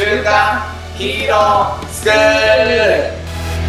週刊ヒーロースクール。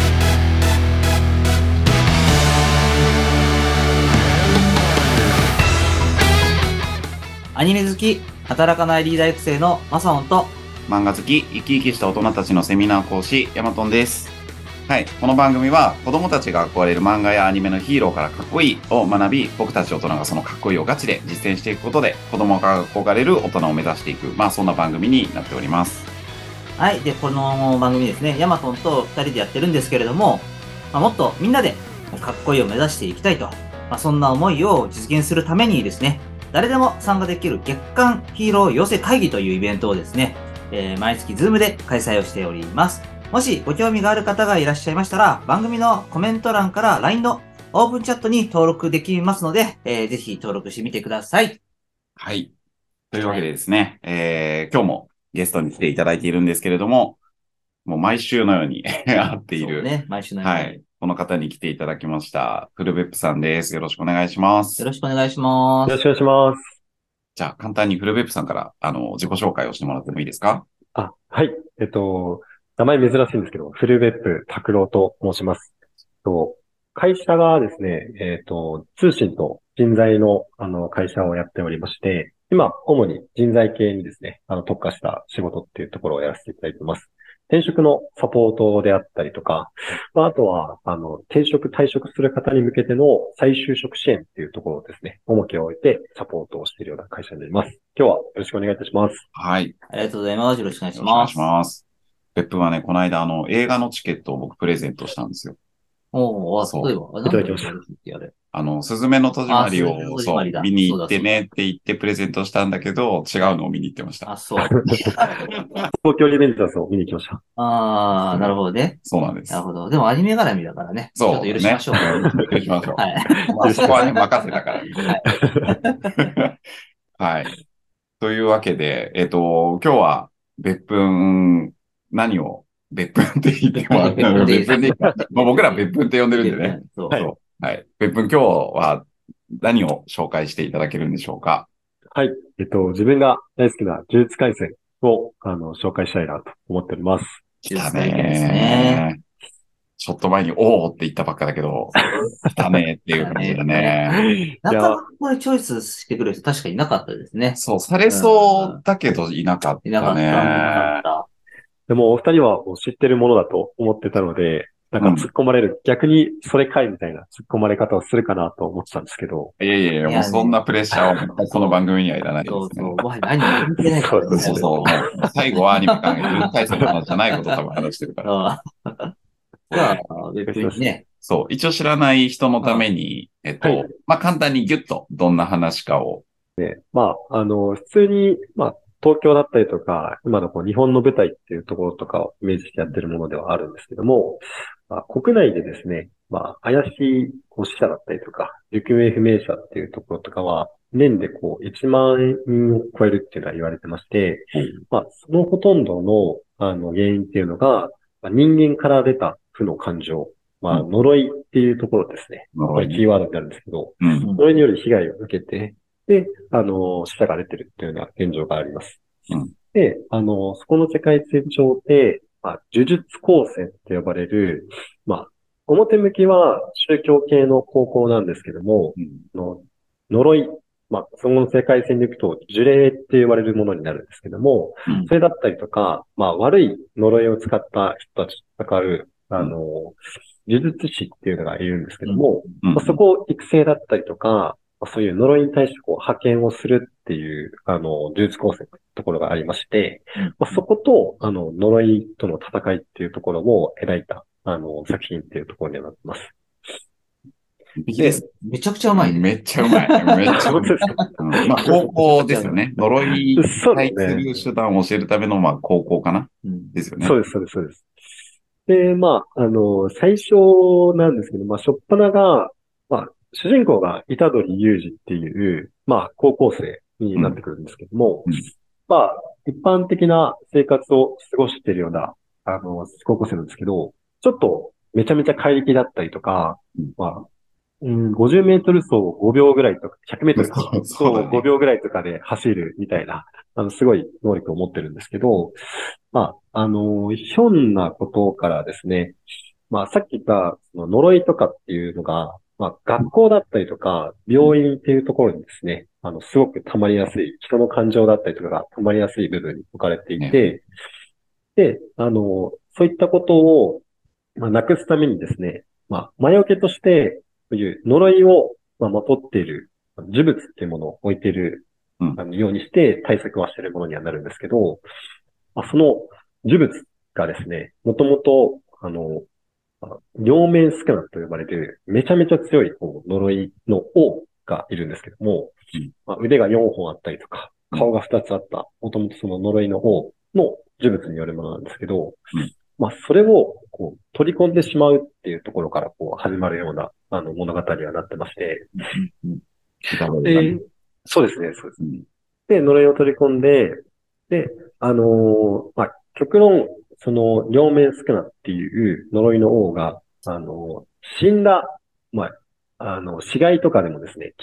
アニメ好き、働かないリーダー育成のマサオンと、 漫画好き、生き生きした大人たちのセミナー講師、ヤマトンです。はい。この番組は、子供たちが憧れる漫画やアニメのヒーローからかっこいいを学び、僕たち大人がそのかっこいいをガチで実践していくことで、子供が憧れる大人を目指していく、そんな番組になっております。 はい。で、この番組ですね、ヤマトンと二人でやってるんですけれども、もっとみんなでかっこいいを目指していきたいと、そんな思いを実現するためにですね、誰でも参加できる月間ヒーロー養成会議というイベントをですね、毎月ズームで開催をしております。もしご興味がある方がいらっしゃいましたら、番組のコメント欄から LINE のオープンチャットに登録できますので、ぜひ登録してみてください。 はい。というわけでですね、今日もゲストに来ていただいているんですけれども、もう毎週のように会っている。 そうね、毎週のように。 はい。この方に来ていただきました。フルベップさんです。よろしくお願いします。 よろしくお願いします。 よろしくお願いします。 じゃあ、簡単にフルベップさんから、自己紹介をしてもらってもいいですか？ はい。名前珍しいんですけど、フルベップ拓郎と申します。会社がですね、通信と人材の、会社をやっておりまして、今、主に人材系にですね、特化した仕事っていうところをやらせていただいてます。転職のサポートであったりとか、あとは、転職、退職する方に向けての再就職支援っていうところをですね、重きを置いてサポートをしているような会社になります。今日はよろしくお願いいたします。 はい。 ありがとうございます。よろしくお願いします。 よろしくお願いします。ベップはね、この間、映画のチケットを僕プレゼントしたんですよ。 そういえば、 いただきました。 すずめの戸締まりを、そう、見に行ってねって言ってプレゼントしたんだけど、違うのを見に行ってました。 そう。 東京リベンジャーズを見に行きました。 なるほどね。 そうなんです。 なるほど。でもアニメ絡みだからね。 そう、 ちょっと許しましょう。 許しましょう。 はい。 そこはね、任せたから。はい。というわけで、今日は、別府、何を別府って言ってもらったので、別府でいいか。僕ら別府って呼んでるんでね。 そう。 はい。別府、今日は何を紹介していただけるんでしょうか？ はい。自分が大好きな呪術廻戦を、紹介したいなと思っております。 来たねー。ちょっと前に、おーって言ったばっかだけど、来たねーっていう感じだね。 なかなかこれチョイスしてくる人確かいなかったですね。 そう、されそうだけどいなかったね。いなかった。 でもお二人は知ってるものだと思ってたので、なんか突っ込まれる、逆にそれかいみたいな突っ込まれ方をするかなと思ってたんですけど。 いや、もうそんなプレッシャーをこの番組にはいらないですね。 そう、もはや何も関係ないからね。 そう。最後はアニメ関係、呪術廻戦の話じゃないことを多分話してるから。 じゃあ、別にね。 そう、一応知らない人のために、簡単にギュッとどんな話かを。 ね、普通に、東京だったりとか、今の日本の舞台っていうところとかをイメージしてやってるものではあるんですけども、国内でですね、怪しい死者だったりとか、行方不明者っていうところとかは、年で1万人を超えるっていうのは言われてまして、そのほとんどの、原因っていうのが、人間から出た負の感情、呪いっていうところですね。これキーワードになるんですけど、呪いによる被害を受けて、で、死者が出てるっていうような現状があります。で、そこの世界線上で、呪術高専って呼ばれる、表向きは宗教系の高校なんですけども、呪い、その世界線でいくと呪霊って呼ばれるものになるんですけども、それだったりとか、悪い呪いを使った人たちと戦う、呪術師っていうのがいるんですけども、そこを育成だったりとか、そういう呪いに対して派遣をするっていう、呪術高専のところがありまして、そこと、呪いとの戦いっていうところを描いた、作品っていうところになってます。 めちゃくちゃうまいね。 めっちゃうまい。めっちゃうまい。高校ですよね。呪いに対する手段を教えるための、高校かな、ですよね。 そうです。で、最初なんですけど、初っ端が、主人公が板取裕二っていう、高校生になってくるんですけども、一般的な生活を過ごしているような、高校生なんですけど、ちょっとめちゃめちゃ怪力だったりとか、50メートル走を5秒ぐらいとか、100メートル走を5秒ぐらいとかで走るみたいな、 すごい能力を持ってるんですけど、ひょんなことからですね、さっき言った、その呪いとかっていうのが、学校だったりとか、病院っていうところにですね、すごく溜まりやすい、人の感情だったりとかが溜まりやすい部分に置かれていて、で、そういったことを、なくすためにですね、魔除けとして、そういう呪いを、まとっている呪物っていうものを置いている、ようにして対策はしているものにはなるんですけど、その呪物がですね、もともと、両面スカナと呼ばれる、めちゃめちゃ強い呪いの王がいるんですけども、腕が4本あったりとか、顔が2つあった、もともとその呪いの王の呪物によるものなんですけど、それを取り込んでしまうっていうところから始まるような物語にはなってまして、で、そうですね、そうですね。で、呪いを取り込んで、で、極論、その両面スクナっていう呪いの王が、死んだ、死骸とかでもですね、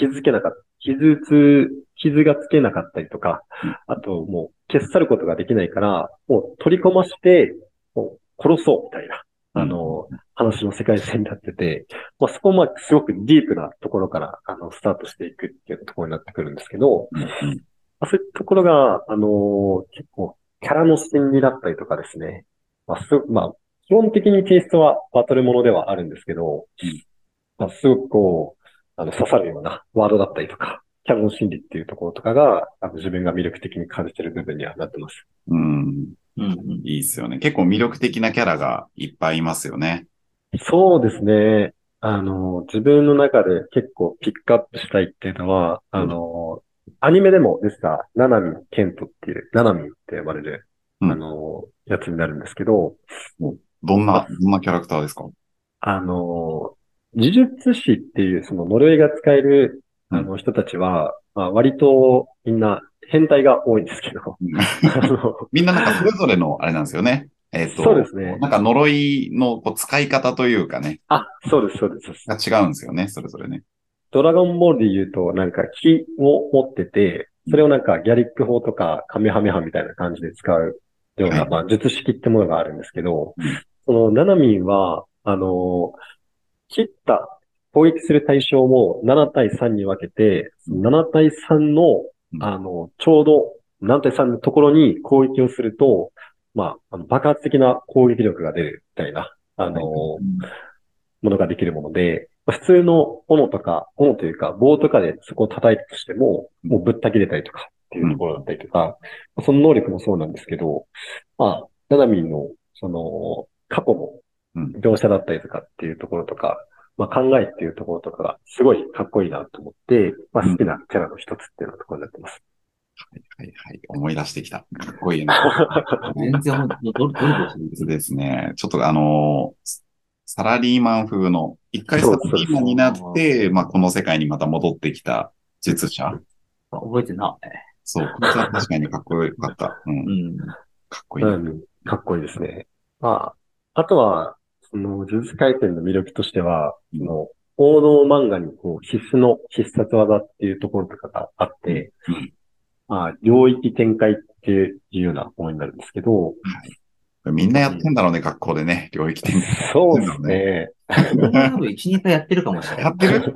傷がつけなかったりとか、あともう消し去ることができないから、もう取り込まして、もう殺そうみたいな、話の世界線になってて、そこもすごくディープなところから、スタートしていくっていうところになってくるんですけど、そういうところが、結構、キャラの心理だったりとかですね。基本的にテイストはバトルものではあるんですけど、すごく刺さるようなワードだったりとか、キャラの心理っていうところとかが、自分が魅力的に感じてる部分にはなってます。 いいっすよね。結構魅力的なキャラがいっぱいいますよね。 そうですね。自分の中で結構ピックアップしたいっていうのは、アニメでもでした、ナナミケントっていう、ナナミって呼ばれる、やつになるんですけど、 どんなキャラクターですか？ 呪術師っていうその呪いが使える、人たちは、割とみんな変態が多いんですけど、 みんななんかそれぞれのあれなんですよね。 そうですね。 なんか呪いの使い方というかね。 そうです、そうです。 が違うんですよね、それぞれね。 ドラゴンボールで言うと、なんか木を持ってて、それをなんかギャリック砲とかカメハメハみたいな感じで使うような、術式ってものがあるんですけど、そのナナミンは、切った攻撃する対象を7対3に分けて、7対3の、ちょうど7対3のところに攻撃をすると、爆発的な攻撃力が出るみたいな、ものができるもので、普通の斧というか棒とかでそこを叩いたとしても、もうぶった切れたりとかっていうところだったりとか、その能力もそうなんですけど、ナナミンの、その、過去も、描写だったりとかっていうところとか、考えっていうところとかがすごいかっこいいなと思って、好きなキャラの一つっていうようなところになってます。 はい。思い出してきた。かっこいいな。 全然どれですね。ちょっとサラリーマン風の、一回サラリーマンになって、この世界にまた戻ってきた術者。 覚えてな。 そう。これは確かにかっこよかった。かっこいい。 かっこいいですね。あとは、その、呪術廻戦の魅力としては、その、王道漫画に必須の必殺技っていうところとかがあって、領域展開っていうようなものになるんですけど、 みんなやってんだろうね、学校でね、領域展開。 そうですね。 多分1、2回やってるかもしれない。 やってる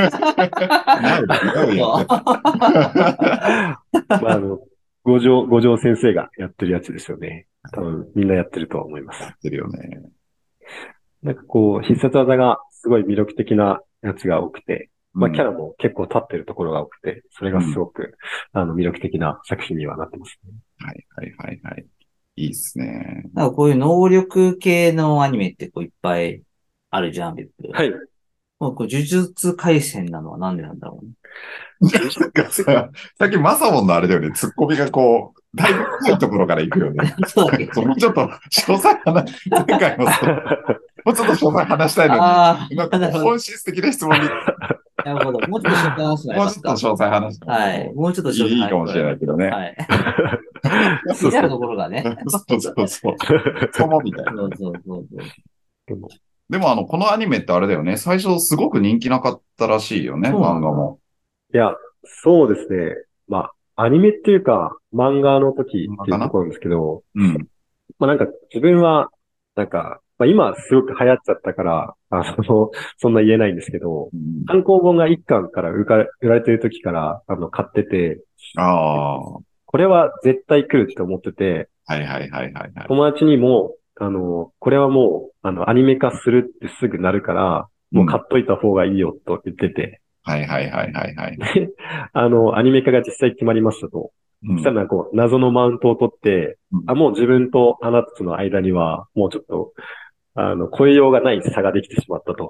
五条先生がやってるやつですよね。多分みんなやってるとは思います。 やってるよね。 なんか必殺技がすごい魅力的なやつが多くて、キャラも結構立ってるところが多くて、それがすごく、魅力的な作品にはなってますね。 はい。いいっすね。 なんかこういう能力系のアニメっていっぱいあるじゃん、別に。 はい。 もう呪術廻戦なのはなんでなんだろうね。 さっきマサモンのあれだよね、ツッコミがだいぶ深いところから行くよね。 そうだけもうちょっと、詳細前回ももうちょっと詳細話したいのに、本質的な質問に。 なるほど。もうちょっと詳細話したい。 もうちょっと詳細話したはい。もうちょっと詳細いいかもしれないけどね。 はい。気になるところがね。 そう。そうみたいな。 そう。 でもこのアニメってあれだよね。最初すごく人気なかったらしいよね、漫画も。 いや、そうですね。 アニメっていうか、漫画の時ってかな。 いうところなんですけど、 うん。 なんか自分は、なんか、今すごく流行っちゃったから、そんな言えないんですけど、 うん単行本が一巻から売られてる時から、買ってて、 ああ、はこれは絶対来るって思ってて、 いはいはいはいはい。 友達にも、これはもう、アニメ化するってすぐなるから、もう買っといた方がいいよと言ってて、 はいはいはいはいはい。 で、アニメ化が実際決まりましたと。 うん。 そしたら謎のマウントを取って、 うんもう自分とあなたとの間には、もうちょっと、超えようがない差ができてしまったと。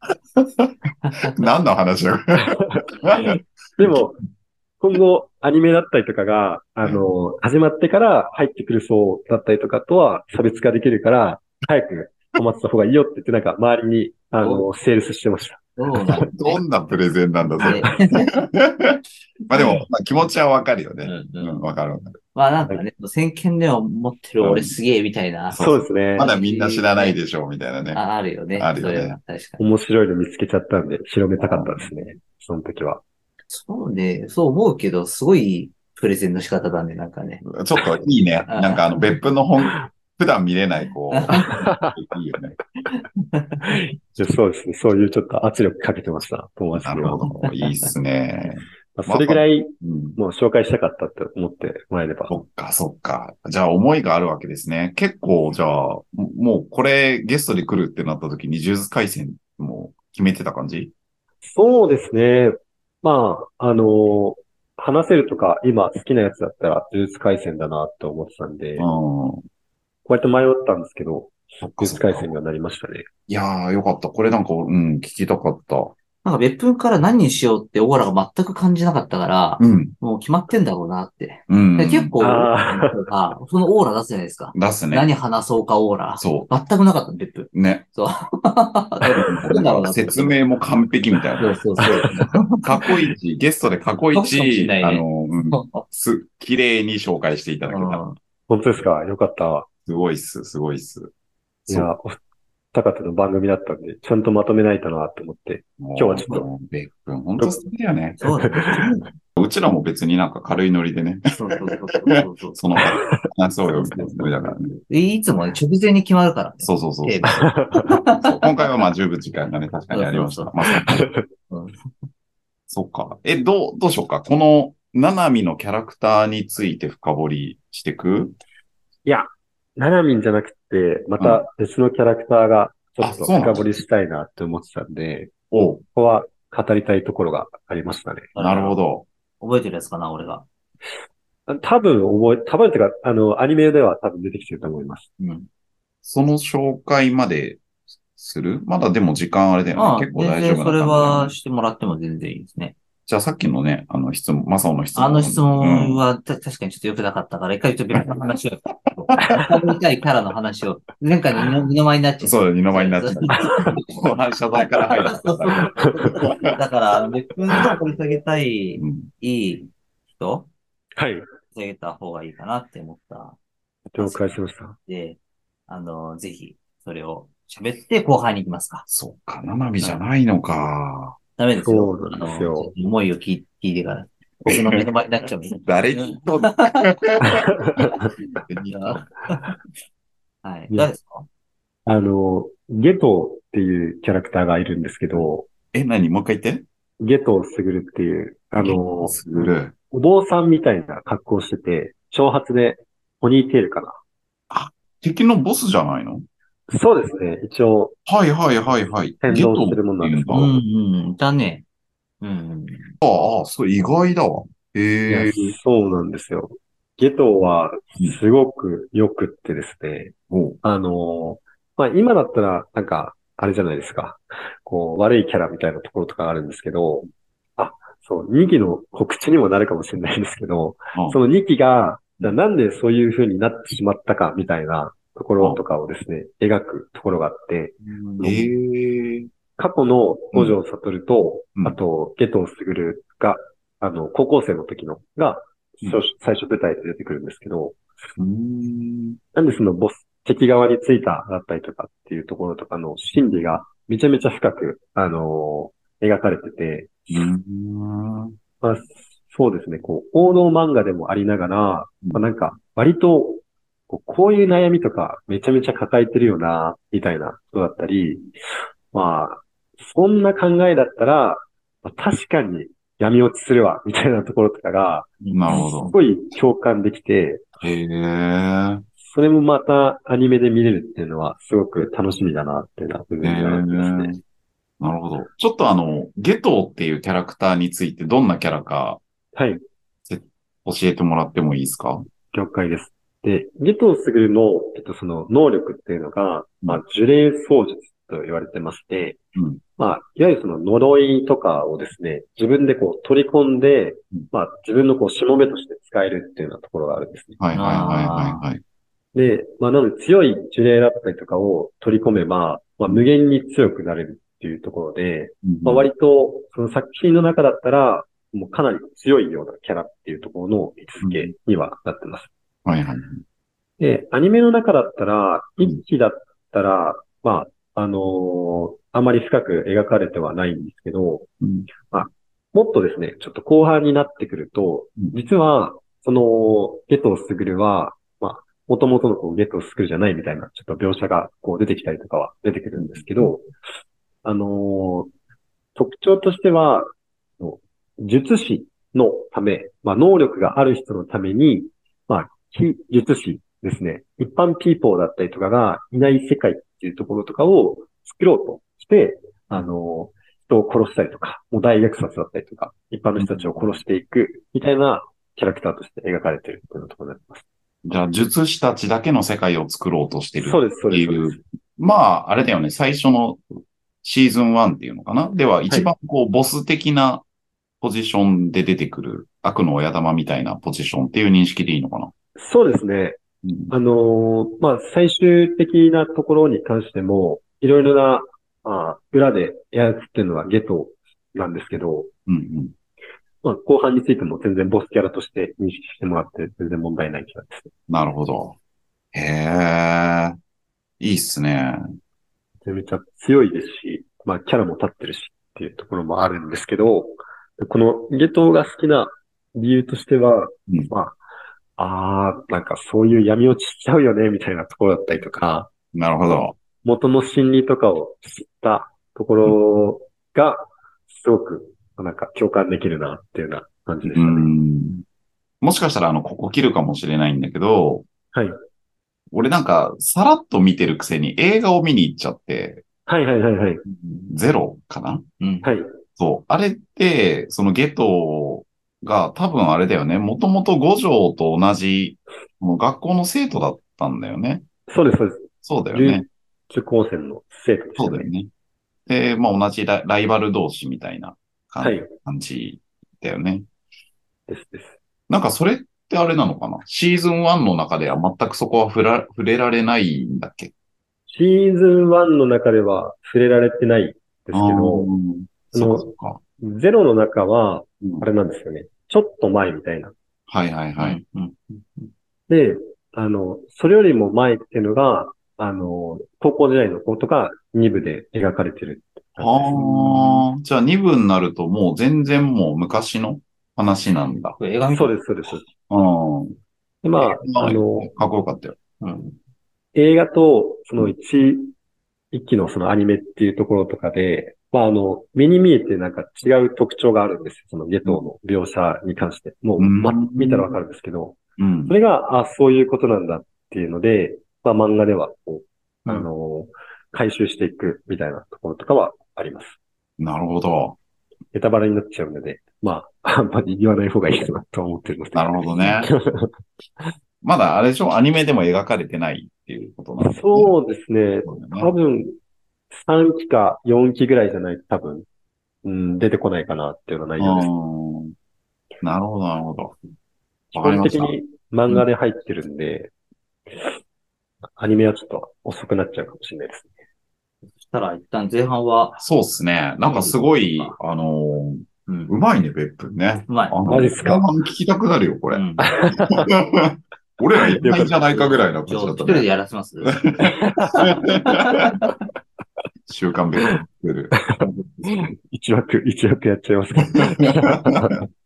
何の話だでも、今後、アニメだったりとかが、 はい始まってから入ってくる層だったりとかとは差別化できるから、早く止まってた方がいいよって言って、周りに、セールスしてました。 そうなんですね。 どんなプレゼンなんだ、それ。 ねまあでも、気持ちはわかるよね。 うんうん。 うん、わかるわかる。 まあなんかね、先見では持ってる俺すげえみたいな、 そうそうですねま。だみんな知らないでしょう、みたいなね。 あるよね。 あるよねそれは確かに。 面白いの見つけちゃったんで、広めたかったですね。その時は。 そうね、そう思うけど、すごいプレゼンの仕方だね、なんかね。 ちょっといいね。なんか別府の普段見れない、いいよね。 そうですね。そういうちょっと圧力かけてました、友達には。 なるほど。いいっすね。 それぐらい、 うんもう紹介したかったって思ってもらえれば。 そっか、そっか。じゃあ思いがあるわけですね。結構、じゃあ、もうこれゲストで来るってなった時に、呪術廻戦も決めてた感じ？ そうですね。まあ、話せるとか、今好きなやつだったら、呪術廻戦だなって思ってたんで、 うん。 こうやって迷ったんですけど、 そっか、 呪術そっか。 廻戦にはなりましたね。 いやー、よかった。これなんか、聞きたかった。 なんか別府から何にしようってオーラが全く感じなかったから、 うん。 もう決まってんだろうなって。 うん。 で結構、 あそのオーラ出すじゃないですか。 出すね。 何話そうかオーラ。 そ全くなかったの、別府。 う。ね。 そう。なんだろうなって。 説明も完璧みたいな。 そうそうそう。 過去一、ゲストで過去過去一かもしれ一、 ないね綺麗に紹介していただけた。 うん本当ですか？よかった。 すごいっす、すごいっす。 いや、お二方の番組だったんで、ちゃんとまとめないとなと思って。 今日はちょっと。 ベックン、本当好きだよね。 そうだね。 うちらも別になんか軽いノリでね、 そうそうそうそう。 その話そうよみたいなノリだからね。 いつもね、直前に決まるからね。 そうそうそう。 テーマそう今回はまあ十分時間がね、確かにありました。 そうまあ、 うんそっか。どうしようか。この、ナナミのキャラクターについて深掘りしていく？ いや、ナナミンじゃなくて、また別のキャラクターがちょっとあそうなんだ深掘りしたいなって思ってたんで、 おう、 ここは語りたいところがありましたね。 なるほど。 覚えてるやつかな、俺が。 多分っていうか、アニメでは多分出てきてると思います。 うん。 その紹介までする？まだでも時間あれだよね。 ああ、 結構全大丈夫な感じだ然それよね。 はしてもらっても全然いいですね。 じゃあさっきのね、マサオの質問。 あの質問は確かにちょっと良くなかったから、一回ちょっと別の話を。見たいキャラの話を、前回の二の舞になっちゃう。 そうだ、二の舞になっちゃう。後半謝罪から入る。 だから、別府の掘り下げたい、 うんいい人、 はい。 掘り下げた方がいいかなって思った了解しました。 ので、ぜひ、それを喋って後半に行きますか。 そっか、ナナミじゃないのか。 ダメですよ。 そうなんですよ思いを聞いてから、僕の目の前になっちゃう。 誰にとってはい。誰ですか？ ゲトっていうキャラクターがいるんですけど、 何もう一回言って。 ゲトスグルっていう、 すぐる。 お坊さんみたいな格好をしてて、長髪でポニーテールか敵のボスじゃないの？ な。そうですね。一応、 はいはいはいはい。 変動するもんなんですけどゲトっていうんだ。 だね。うん。 ああ、そう、意外だわ。 いやへえ。 そうなんですよ。ゲトはすごく良くってですね。 お今だったら、あれじゃないですか。悪いキャラみたいなところとかあるんですけど、そう、2期の告知にもなるかもしれないんですけど、その2期が、じゃあなんでそういう風になってしまったかみたいなところとかをですね、描くところがあって、 へえ。 過去の五条悟と、 うんあと、ゲトウスグルが、高校生の時のが、最初舞台で出てくるんですけど、なんでその敵側についただったりとかっていうところとかの心理がめちゃめちゃ深く、描かれてて、まあ、 そうですね、王道漫画でもありながら、なんか、割と、こういう悩みとかめちゃめちゃ抱えてるよな、みたいなことだったり、まあ、そんな考えだったら、確かに闇落ちするわ、みたいなところとかが、 なるほど。 すごい共感できて、 へえ。 それもまたアニメで見れるっていうのはすごく楽しみだなっていうのは部分にはなってますね。 なるほど。ちょっとゲトウっていうキャラクターについてどんなキャラかはい、 教えてもらってもいいですか？ 了解です。で、ゲトウスグルの、その能力っていうのが、呪霊操術と言われてまして、 うん。 いわゆるその呪いとかをですね、自分で取り込んで、自分のしもべとして使えるっていうようなところがあるんですね。 はいはいはいはいはい。 で、なので強い呪霊だったりとかを取り込めば、無限に強くなれるっていうところで、割とその作品の中だったら、もうかなり強いようなキャラっていうところの位置づけにはなってます。 はいはい。 で、アニメの中だったら、一期だったら、あまり深く描かれてはないんですけど、もっとですね、ちょっと後半になってくると、実は、その、ゲトウスグルは、もともとのゲトウスグルじゃないみたいな、ちょっと描写が出てきたりとかは出てくるんですけど、特徴としては、術師のため、能力がある人のために、非術師ですね。一般ピーポーだったりとかがいない世界っていうところとかを作ろうとして、人を殺したりとか、もう大虐殺だったりとか、一般の人たちを殺していくみたいなキャラクターとして描かれているというところになります。 じゃあ、術師たちだけの世界を作ろうとしてるそうです、そうってです。 いう。あれだよね。最初のシーズン1っていうのかな。では、一番ボス的なポジションで出てくる悪の親玉みたいなポジションっていう認識でいいのかな。 そうですね。最終的なところに関しても、いろいろな、裏でやってるのはゲトなんですけど、後半についても全然ボスキャラとして認識してもらって全然問題ないキャラです。 なるほど。へえ、いいっすね。 めちゃめちゃ強いですし、キャラも立ってるしっていうところもあるんですけど、このゲトが好きな理由としては、なんかそういう闇落ちしちゃうよね、みたいなところだったりとか、 なるほど。 元の心理とかを知ったところが、すごく、なんか共感できるなっていうような感じでしたね。 もしかしたらここ切るかもしれないんだけど、 はい。 俺なんか、さらっと見てるくせに映画を見に行っちゃって、 はいはいはいはい。 ゼロかな？ はい。 そう。あれって、そのゲトが多分あれだよね。もともと五条と同じ、もう学校の生徒だったんだよね。 そうです、そうです。 そうだよね。 受講生の生徒ですそうだよね。で、同じライバル同士みたいな感じだよね。 ですです。 なんかそれってあれなのかな？シーズン1の中では全くそこは触れられないんだっけ？ シーズン1の中では触れられてないですけど、ゼロの中は、あれなんですよね。ちょっと前みたいな。 はいはいはい。 で、それよりも前っていうのが、高校時代の子とか2部で描かれてる感じゃあ2部になるともう全然もう昔の話なんだ。 映画そうです、そうです。で、 かっこよかったよ。 映画と、その一期のそのアニメっていうところとかで、目に見えてなんか違う特徴があるんですよ。そのゲトの描写に関して。もう、見たらわかるんですけど、それが、そういうことなんだっていうので、漫画では回収していくみたいなところとかはあります。 なるほど。 ネタバレになっちゃうので、あんまり言わない方がいいかなと思ってるので。 なるほどね。まだあれでしょ？アニメでも描かれてないっていうことなんですね。 そうですね。多分、3期か4期ぐらいじゃないと多分、出てこないかなっていうような内容です。 なるほど、なるほど。 基本的に漫画で入ってるんで、アニメはちょっと遅くなっちゃうかもしれないですね。 そしたら一旦前半は。 そうですね。なんかすごい、うまいね、別府ね。 うまい。 マジっすか？ 聞きたくなるよ、これ。俺らいないんじゃないかぐらいなことだったね。 一人でやらせます週刊別府。 一枠やっちゃいますか？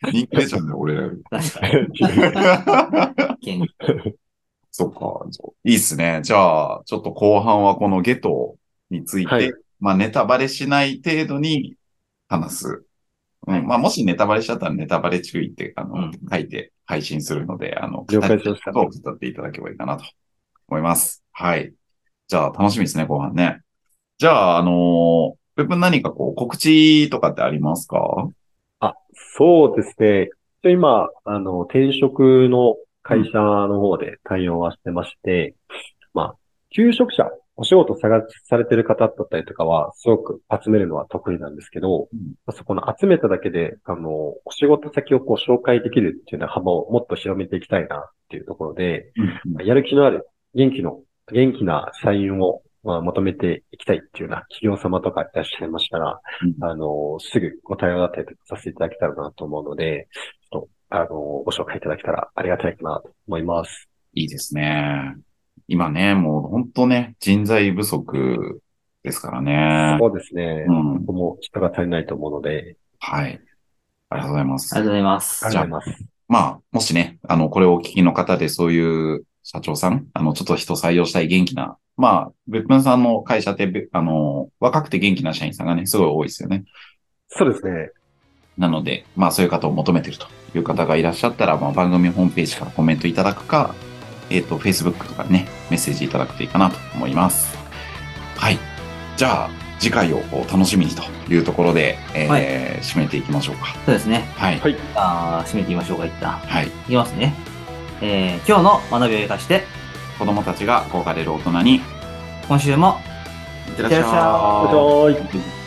人気出ちゃうんだよ、俺らより。 確かに。 そっか。いいっすね。じゃあ、ちょっと後半はこのゲトについて、 はいまあネタバレしない程度に話す。まあもしネタバレしちゃったらネタバレ注意って、書いて配信するので、 了解しました。 を語っていただければいいかなと思います。はい。じゃあ楽しみですね、後半ね。じゃあ、ウェブ何かこう告知とかってありますか？ そうですね。今、転職の会社の方で対応はしてまして、まあ、求職者、お仕事探されてる方だったりとかは、すごく集めるのは得意なんですけど、そこの集めただけで、お仕事先をこう紹介できるっていうような幅をもっと広めていきたいなっていうところで、やる気のある元気な社員を求めていきたいっていうような企業様とかいらっしゃいましたら、すぐご対応だったりとかさせていただけたらなと思うので、ちょっと、ご紹介いただけたらありがたいかなと思います。 いいですね。今ね、もう本当ね、人材不足ですからね。 そうですね。ここうん。 も人が足りないと思うので、 はい。ありがとうございます。 ありがとうございます。 ありがとうございます。 まあ、もしね、これをお聞きの方でそういう社長さん、ちょっと人採用したい元気な、まあ、別府さんの会社って、若くて元気な社員さんがね、すごい多いですよね。 そうですね。 なので、まあ、そういう方を求めてるという方がいらっしゃったら、まあ、番組ホームページからコメントいただくか、Facebook とかね、メッセージいただくといいかなと思います。はい。じゃあ、次回を楽しみにというところで、 はい締めていきましょうか。 そうですね。 はい。 はい。 締めてみましょうか、一旦。 はい。 いきますね。今日の学びを生かして、 子供たちが憧れる大人に、 今週も、 いってらっしゃい。 いってらっしゃいお願いします。